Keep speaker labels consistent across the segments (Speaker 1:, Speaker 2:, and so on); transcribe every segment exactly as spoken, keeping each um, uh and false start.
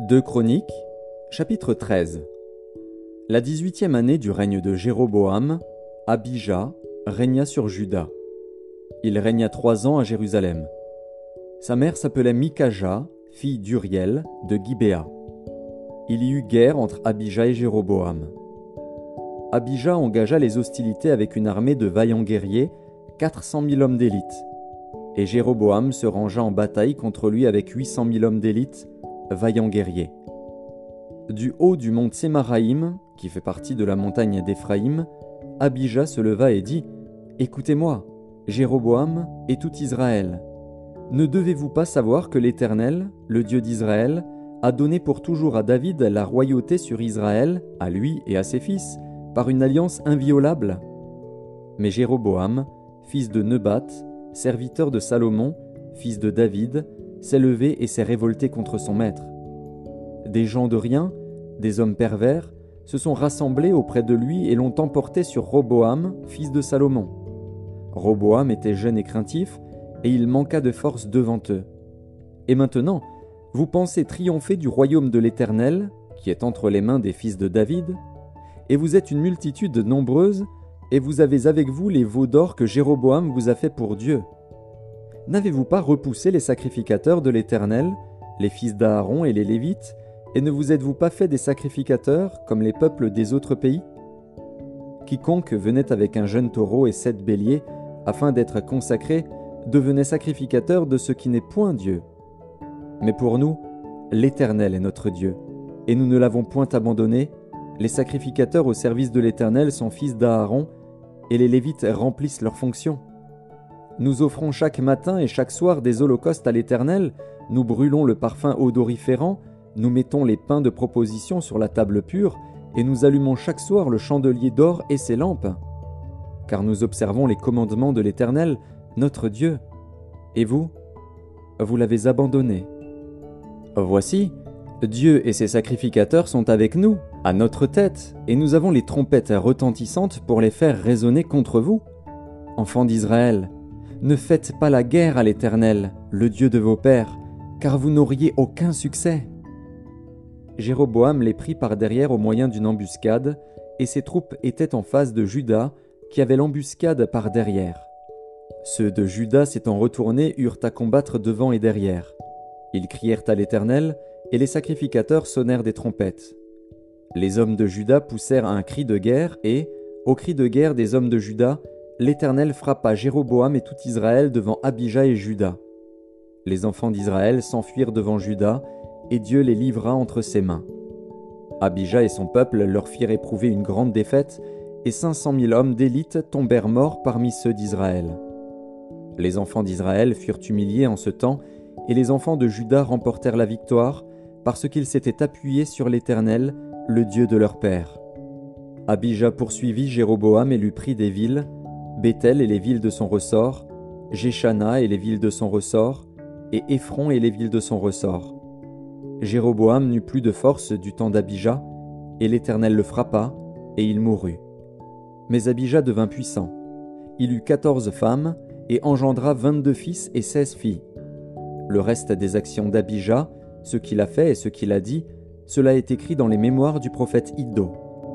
Speaker 1: deux Chroniques, chapitre treize. La dix-huitième année du règne de Jéroboam, Abija régna sur Juda. Il régna trois ans à Jérusalem. Sa mère s'appelait Mikaja, fille d'Uriel, de Gibéa. Il y eut guerre entre Abija et Jéroboam. Abija engagea les hostilités avec une armée de vaillants guerriers, quatre cent mille hommes d'élite. Et Jéroboam se rangea en bataille contre lui avec huit cent mille hommes d'élite, vaillants guerriers. Du haut du mont Tsémaraïm, qui fait partie de la montagne d'Éphraïm, Abija se leva et dit : « Écoutez-moi, Jéroboam et tout Israël. Ne devez-vous pas savoir que l'Éternel, le Dieu d'Israël, a donné pour toujours à David la royauté sur Israël, à lui et à ses fils, par une alliance inviolable ? Mais Jéroboam, fils de Nebat, serviteur de Salomon, fils de David, s'est levé et s'est révolté contre son maître. Des gens de rien, des hommes pervers, se sont rassemblés auprès de lui et l'ont emporté sur Roboam, fils de Salomon. Roboam était jeune et craintif, et il manqua de force devant eux. Et maintenant, vous pensez triompher du royaume de l'Éternel, qui est entre les mains des fils de David, et vous êtes une multitude nombreuse, et vous avez avec vous les veaux d'or que Jéroboam vous a fait pour Dieu. N'avez-vous pas repoussé les sacrificateurs de l'Éternel, les fils d'Aaron et les Lévites, et ne vous êtes-vous pas fait des sacrificateurs comme les peuples des autres pays ? Quiconque venait avec un jeune taureau et sept béliers, afin d'être consacré, devenait sacrificateur de ce qui n'est point Dieu. Mais pour nous, l'Éternel est notre Dieu, et nous ne l'avons point abandonné. Les sacrificateurs au service de l'Éternel sont fils d'Aaron, et les Lévites remplissent leurs fonctions. Nous offrons chaque matin et chaque soir des holocaustes à l'Éternel, nous brûlons le parfum odoriférant, nous mettons les pains de proposition sur la table pure, et nous allumons chaque soir le chandelier d'or et ses lampes. Car nous observons les commandements de l'Éternel, notre Dieu. Et vous, vous l'avez abandonné. Voici, Dieu et ses sacrificateurs sont avec nous, à notre tête, et nous avons les trompettes retentissantes pour les faire résonner contre vous. Enfants d'Israël, ne faites pas la guerre à l'Éternel, le Dieu de vos pères, car vous n'auriez aucun succès. Jéroboam les prit par derrière au moyen d'une embuscade, et ses troupes étaient en face de Juda, qui avait l'embuscade par derrière. Ceux de Juda s'étant retournés eurent à combattre devant et derrière. Ils crièrent à l'Éternel, et les sacrificateurs sonnèrent des trompettes. Les hommes de Juda poussèrent un cri de guerre, et, au cri de guerre des hommes de Juda, l'Éternel frappa Jéroboam et tout Israël devant Abija et Juda. Les enfants d'Israël s'enfuirent devant Juda, et Dieu les livra entre ses mains. Abija et son peuple leur firent éprouver une grande défaite, et cinq cent mille hommes d'élite tombèrent morts parmi ceux d'Israël. Les enfants d'Israël furent humiliés en ce temps, et les enfants de Juda remportèrent la victoire, parce qu'ils s'étaient appuyés sur l'Éternel, le Dieu de leur père. Abija poursuivit Jéroboam et lui prit des villes, Béthel et les villes de son ressort, Jéchana et les villes de son ressort, et Éphron et les villes de son ressort. Jéroboam n'eut plus de force du temps d'Abija, et l'Éternel le frappa, et il mourut. Mais Abija devint puissant. Il eut quatorze femmes, et engendra vingt-deux fils et seize filles. Le reste des actions d'Abija, ce qu'il a fait et ce qu'il a dit, cela est écrit dans les mémoires du prophète Iddo.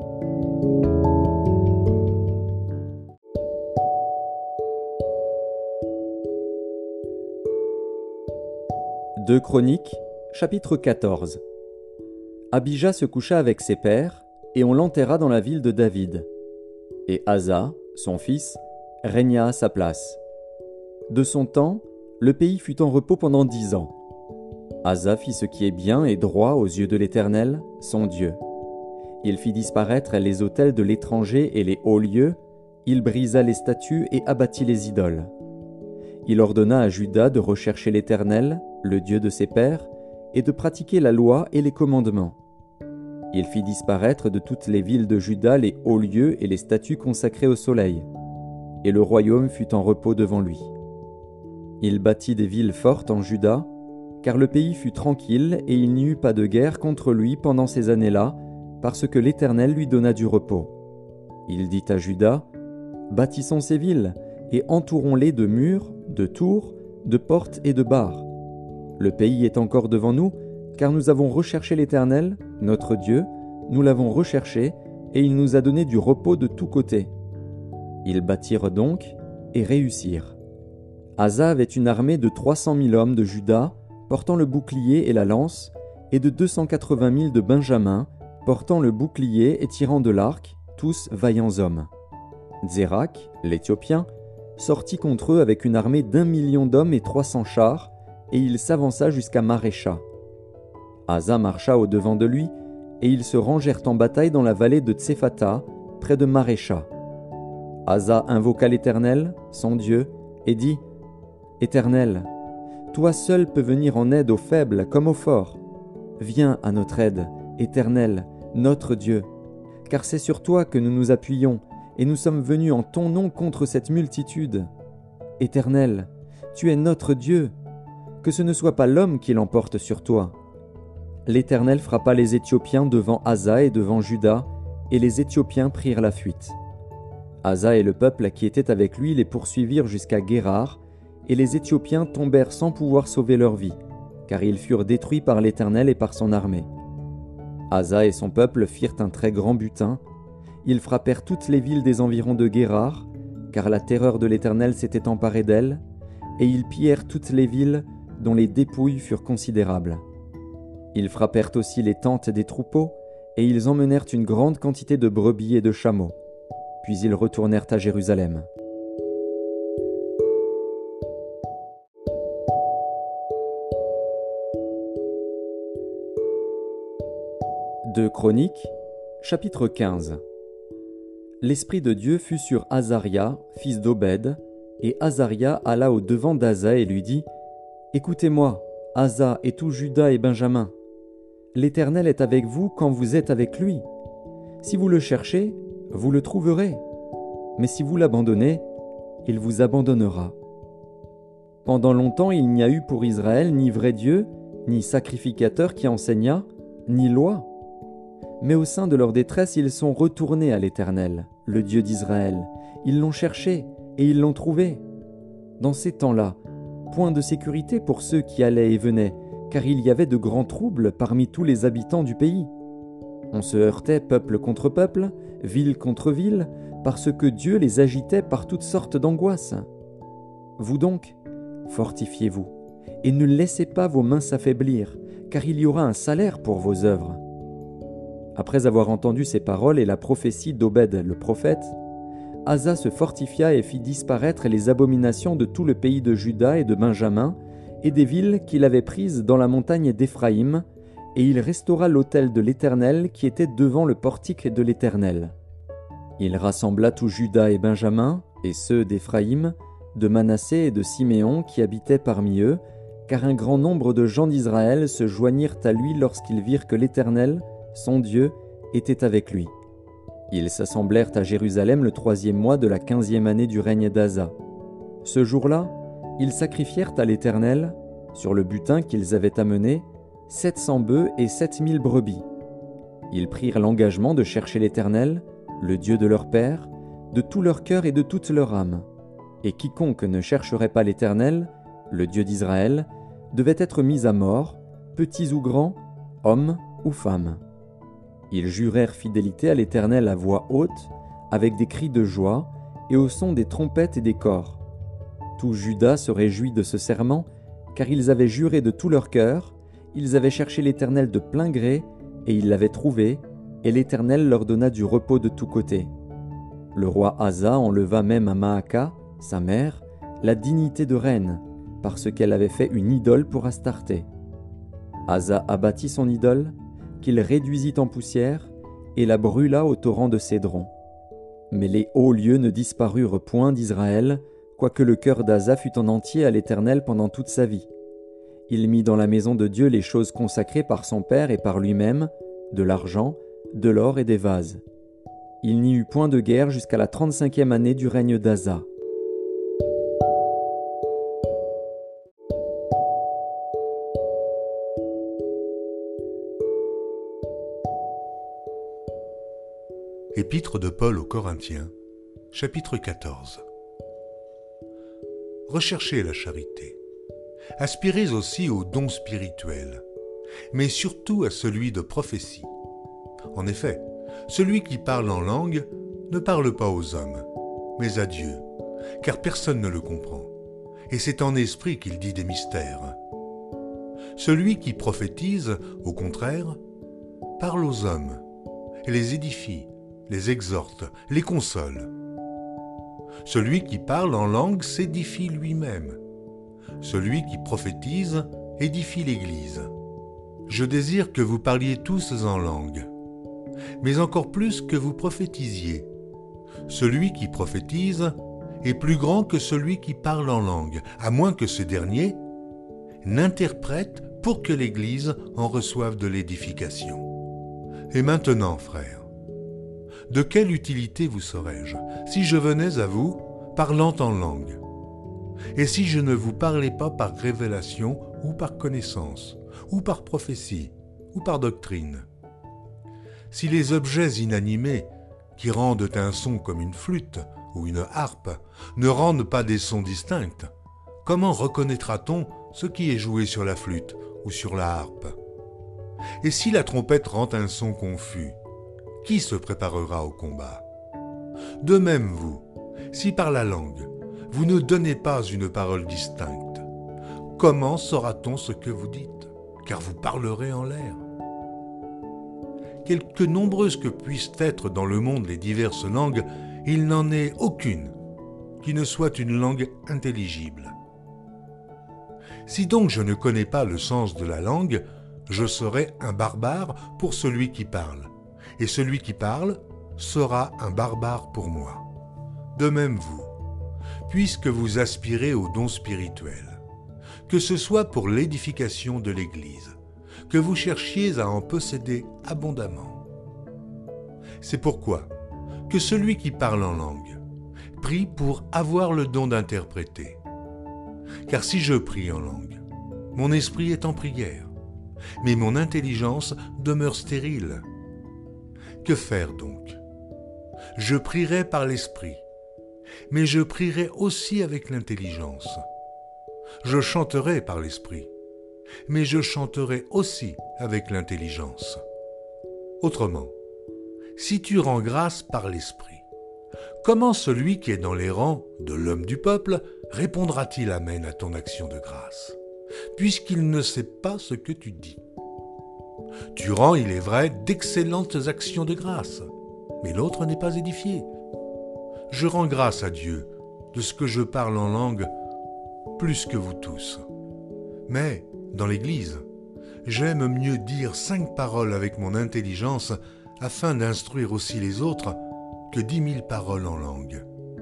Speaker 1: deux Chroniques, chapitre quatorze. Abija se coucha avec ses pères, et on l'enterra dans la ville de David. Et Asa, son fils, régna à sa place. De son temps, le pays fut en repos pendant dix ans. Asa fit ce qui est bien et droit aux yeux de l'Éternel, son Dieu. Il fit disparaître les autels de l'étranger et les hauts lieux, il brisa les statues et abattit les idoles. Il ordonna à Juda de rechercher l'Éternel, le Dieu de ses pères, et de pratiquer la loi et les commandements. Il fit disparaître de toutes les villes de Juda les hauts lieux et les statues consacrées au soleil, et le royaume fut en repos devant lui. Il bâtit des villes fortes en Juda, car le pays fut tranquille et il n'y eut pas de guerre contre lui pendant ces années-là, parce que l'Éternel lui donna du repos. Il dit à Juda : « Bâtissons ces villes, et entourons-les de murs, de tours, de portes et de barres. Le pays est encore devant nous, car nous avons recherché l'Éternel, notre Dieu, nous l'avons recherché, et il nous a donné du repos de tous côtés. » Ils bâtirent donc et réussirent. Asa avait une armée de trois cent mille hommes de Juda, portant le bouclier et la lance, et de deux cent quatre-vingt mille de Benjamin, portant le bouclier et tirant de l'arc, tous vaillants hommes. Zérak, l'Éthiopien, sortit contre eux avec une armée d'un million d'hommes et trois cents chars, et il s'avança jusqu'à Marécha. Asa marcha au-devant de lui, et ils se rangèrent en bataille dans la vallée de Tsephata, près de Marécha. Asa invoqua l'Éternel, son Dieu, et dit : « Éternel, toi seul peux venir en aide aux faibles comme aux forts. Viens à notre aide, Éternel, notre Dieu, car c'est sur toi que nous nous appuyons, et nous sommes venus en ton nom contre cette multitude. Éternel, tu es notre Dieu, que ce ne soit pas l'homme qui l'emporte sur toi. » L'Éternel frappa les Éthiopiens devant Asa et devant Juda, et les Éthiopiens prirent la fuite. Asa et le peuple qui était avec lui les poursuivirent jusqu'à Guérar, et les Éthiopiens tombèrent sans pouvoir sauver leur vie, car ils furent détruits par l'Éternel et par son armée. Asa et son peuple firent un très grand butin. Ils frappèrent toutes les villes des environs de Guérar, car la terreur de l'Éternel s'était emparée d'elles, et ils pillèrent toutes les villes dont les dépouilles furent considérables. Ils frappèrent aussi les tentes des troupeaux, et ils emmenèrent une grande quantité de brebis et de chameaux. Puis ils retournèrent à Jérusalem. Deux Chroniques, chapitre quinze. L'Esprit de Dieu fut sur Azaria, fils d'Obed, et Azaria alla au devant d'Asa et lui dit : « Écoutez-moi, Asa et tout Juda et Benjamin. L'Éternel est avec vous quand vous êtes avec lui. Si vous le cherchez, vous le trouverez. Mais si vous l'abandonnez, il vous abandonnera. Pendant longtemps, il n'y a eu pour Israël ni vrai Dieu, ni sacrificateur qui enseignât, ni loi. Mais au sein de leur détresse, ils sont retournés à l'Éternel, le Dieu d'Israël. Ils l'ont cherché et ils l'ont trouvé. Dans ces temps-là, point de sécurité pour ceux qui allaient et venaient, car il y avait de grands troubles parmi tous les habitants du pays. On se heurtait peuple contre peuple, ville contre ville, parce que Dieu les agitait par toutes sortes d'angoisses. Vous donc, fortifiez-vous, et ne laissez pas vos mains s'affaiblir, car il y aura un salaire pour vos œuvres. » Après avoir entendu ces paroles et la prophétie d'Obed le prophète, Asa se fortifia et fit disparaître les abominations de tout le pays de Juda et de Benjamin, et des villes qu'il avait prises dans la montagne d'Éphraïm, et il restaura l'autel de l'Éternel qui était devant le portique de l'Éternel. Il rassembla tout Juda et Benjamin, et ceux d'Éphraïm, de Manassé et de Siméon qui habitaient parmi eux, car un grand nombre de gens d'Israël se joignirent à lui lorsqu'ils virent que l'Éternel, son Dieu, était avec lui. Ils s'assemblèrent à Jérusalem le troisième mois de la quinzième année du règne d'Asa. Ce jour-là, ils sacrifièrent à l'Éternel, sur le butin qu'ils avaient amené, sept cents bœufs et sept mille brebis. Ils prirent l'engagement de chercher l'Éternel, le Dieu de leur père, de tout leur cœur et de toute leur âme. Et quiconque ne chercherait pas l'Éternel, le Dieu d'Israël, devait être mis à mort, petits ou grands, hommes ou femmes. Ils jurèrent fidélité à l'Éternel à voix haute, avec des cris de joie et au son des trompettes et des cors. Tout Juda se réjouit de ce serment, car ils avaient juré de tout leur cœur, ils avaient cherché l'Éternel de plein gré, et ils l'avaient trouvé, et l'Éternel leur donna du repos de tous côtés. Le roi Asa enleva même à Maaka, sa mère, la dignité de reine, parce qu'elle avait fait une idole pour Astarté. Asa abattit son idole, qu'il réduisit en poussière, et la brûla au torrent de Cédron. Mais les hauts lieux ne disparurent point d'Israël, quoique le cœur d'Asa fût en entier à l'Éternel pendant toute sa vie. Il mit dans la maison de Dieu les choses consacrées par son père et par lui-même, de l'argent, de l'or et des vases. Il n'y eut point de guerre jusqu'à la trente-cinquième année du règne d'Asa.
Speaker 2: Épître de Paul aux Corinthiens, chapitre quatorze. Recherchez la charité. Aspirez aussi aux dons spirituels. mais surtout à celui de prophétie. En effet, celui qui parle en langue ne parle pas aux hommes, mais à Dieu, car personne ne le comprend, et c'est en esprit qu'il dit des mystères. Celui qui prophétise, au contraire, parle aux hommes, et les édifie, les exhorte, les console. Celui qui parle en langue s'édifie lui-même. Celui qui prophétise édifie l'Église. Je désire que vous parliez tous en langue, mais encore plus que vous prophétisiez. Celui qui prophétise est plus grand que celui qui parle en langue, à moins que ce dernier n'interprète pour que l'Église en reçoive de l'édification. Et maintenant, frères, de quelle utilité vous serais-je si je venais à vous parlant en langue, et si je ne vous parlais pas par révélation ou par connaissance, ou par prophétie, ou par doctrine? Si les objets inanimés qui rendent un son comme une flûte ou une harpe ne rendent pas des sons distincts, comment reconnaîtra-t-on ce qui est joué sur la flûte ou sur la harpe? Et si la trompette rend un son confus, qui se préparera au combat? De même vous, si par la langue, vous ne donnez pas une parole distincte, comment saura-t-on ce que vous dites? Car vous parlerez en l'air. Quelque nombreuses que puissent être dans le monde les diverses langues, il n'en est aucune qui ne soit une langue intelligible. Si donc je ne connais pas le sens de la langue, je serai un barbare pour celui qui parle, et celui qui parle sera un barbare pour moi. De même vous, puisque vous aspirez aux dons spirituels, que ce soit pour l'édification de l'Église, que vous cherchiez à en posséder abondamment. C'est pourquoi que celui qui parle en langue prie pour avoir le don d'interpréter. Car si je prie en langue, mon esprit est en prière, mais mon intelligence demeure stérile. Que faire donc? Je prierai par l'esprit, mais je prierai aussi avec l'intelligence. Je chanterai par l'esprit, mais je chanterai aussi avec l'intelligence. Autrement, si tu rends grâce par l'esprit, comment celui qui est dans les rangs de l'homme du peuple répondra-t-il amen à ton action de grâce, puisqu'il ne sait pas ce que tu dis? Tu rends, il est vrai, d'excellentes actions de grâce, mais l'autre n'est pas édifié. Je rends grâce à Dieu de ce que je parle en langue plus que vous tous. Mais, dans l'Église, j'aime mieux dire cinq paroles avec mon intelligence afin d'instruire aussi les autres que dix mille paroles en langue.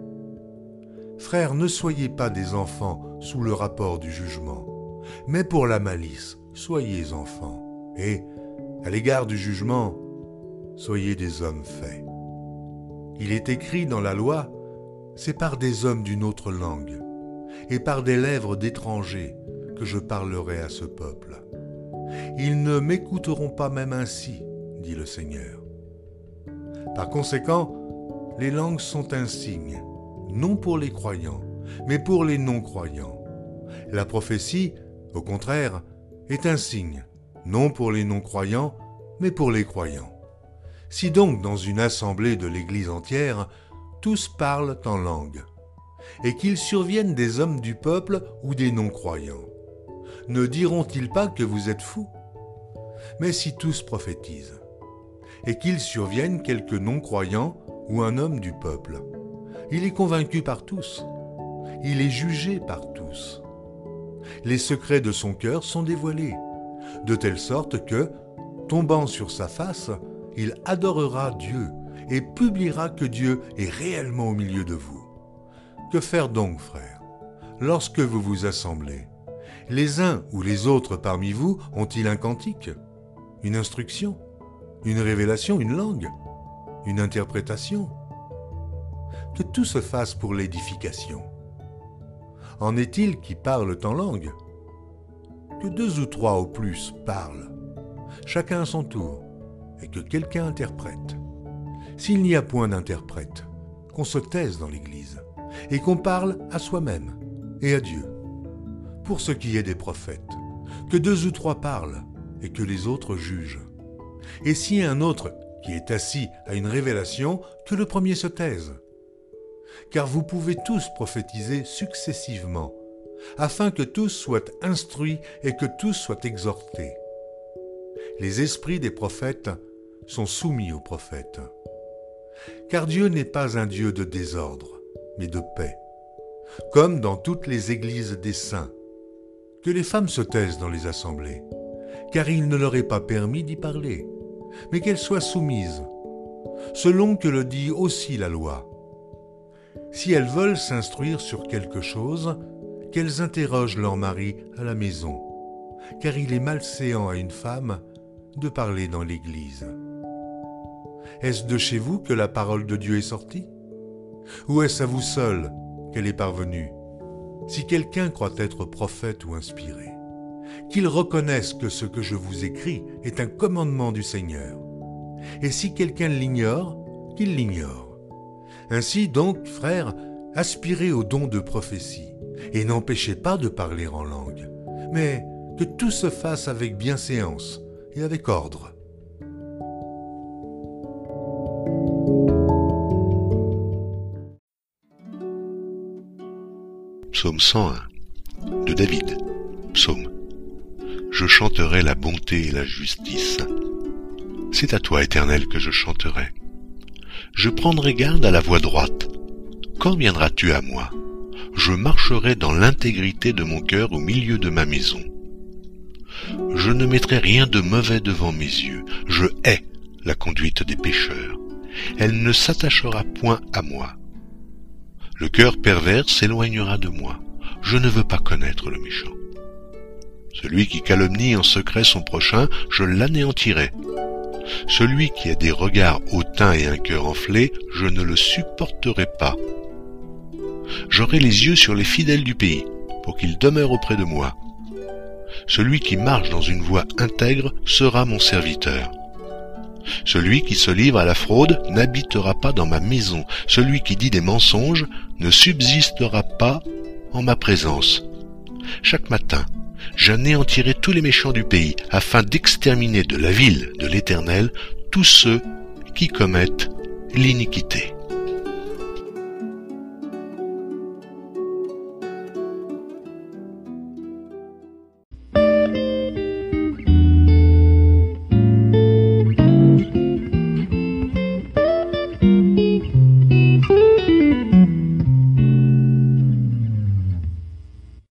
Speaker 2: Frères, ne soyez pas des enfants sous le rapport du jugement, mais pour la malice, soyez enfants, et, à l'égard du jugement, soyez des hommes faits. Il est écrit dans la loi, c'est par des hommes d'une autre langue, et par des lèvres d'étrangers que je parlerai à ce peuple. Ils ne m'écouteront pas même ainsi, dit le Seigneur. Par conséquent, les langues sont un signe, non pour les croyants, mais pour les non-croyants. La prophétie, au contraire, est un signe, non pour les non-croyants, mais pour les croyants. Si donc dans une assemblée de l'Église entière, tous parlent en langue, et qu'il survienne des hommes du peuple ou des non-croyants, ne diront-ils pas que vous êtes fous? Mais si tous prophétisent, et qu'il survienne quelques non-croyants ou un homme du peuple, il est convaincu par tous, il est jugé par tous. Les secrets de son cœur sont dévoilés, de telle sorte que, tombant sur sa face, il adorera Dieu et publiera que Dieu est réellement au milieu de vous. Que faire donc, frères, lorsque vous vous assemblez? Les uns ou les autres parmi vous ont-ils un cantique, une instruction, une révélation, une langue, une interprétation? Que tout se fasse pour l'édification. En est-il qui parlent en langue? Que deux ou trois au plus parlent, chacun à son tour, et que quelqu'un interprète. S'il n'y a point d'interprète, qu'on se taise dans l'Église, et qu'on parle à soi-même et à Dieu. Pour ce qui est des prophètes, que deux ou trois parlent, et que les autres jugent. Et si un autre qui est assis a une révélation, que le premier se taise. Car vous pouvez tous prophétiser successivement, afin que tous soient instruits et que tous soient exhortés. Les esprits des prophètes sont soumis aux prophètes. Car Dieu n'est pas un Dieu de désordre, mais de paix, comme dans toutes les églises des saints. Que les femmes se taisent dans les assemblées, car il ne leur est pas permis d'y parler, mais qu'elles soient soumises, selon que le dit aussi la loi. Si elles veulent s'instruire sur quelque chose, qu'elles interrogent leur mari à la maison, car il est malséant à une femme de parler dans l'église. Est-ce de chez vous que la parole de Dieu est sortie? Ou est-ce à vous seul qu'elle est parvenue? Si quelqu'un croit être prophète ou inspiré, qu'il reconnaisse que ce que je vous écris est un commandement du Seigneur. Et si quelqu'un l'ignore, qu'il l'ignore. Ainsi donc, frères, aspirez au don de prophétie, et n'empêchez pas de parler en langue, mais que tout se fasse avec bienséance et avec ordre.
Speaker 3: Psaume cent un, de David. Psaume. Je chanterai la bonté et la justice. C'est à toi, Éternel, que je chanterai. Je prendrai garde à la voie droite. Quand viendras-tu à moi? Je marcherai dans l'intégrité de mon cœur au milieu de ma maison. Je ne mettrai rien de mauvais devant mes yeux. Je hais la conduite des pécheurs. Elle ne s'attachera point à moi. Le cœur pervers s'éloignera de moi. Je ne veux pas connaître le méchant. Celui qui calomnie en secret son prochain, je l'anéantirai. Celui qui a des regards hautains et un cœur enflé, je ne le supporterai pas. J'aurai les yeux sur les fidèles du pays, pour qu'ils demeurent auprès de moi. Celui qui marche dans une voie intègre sera mon serviteur. Celui qui se livre à la fraude n'habitera pas dans ma maison. Celui qui dit des mensonges ne subsistera pas en ma présence. Chaque matin, j'anéantirai tous les méchants du pays, afin d'exterminer de la ville de l'Éternel tous ceux qui commettent l'iniquité.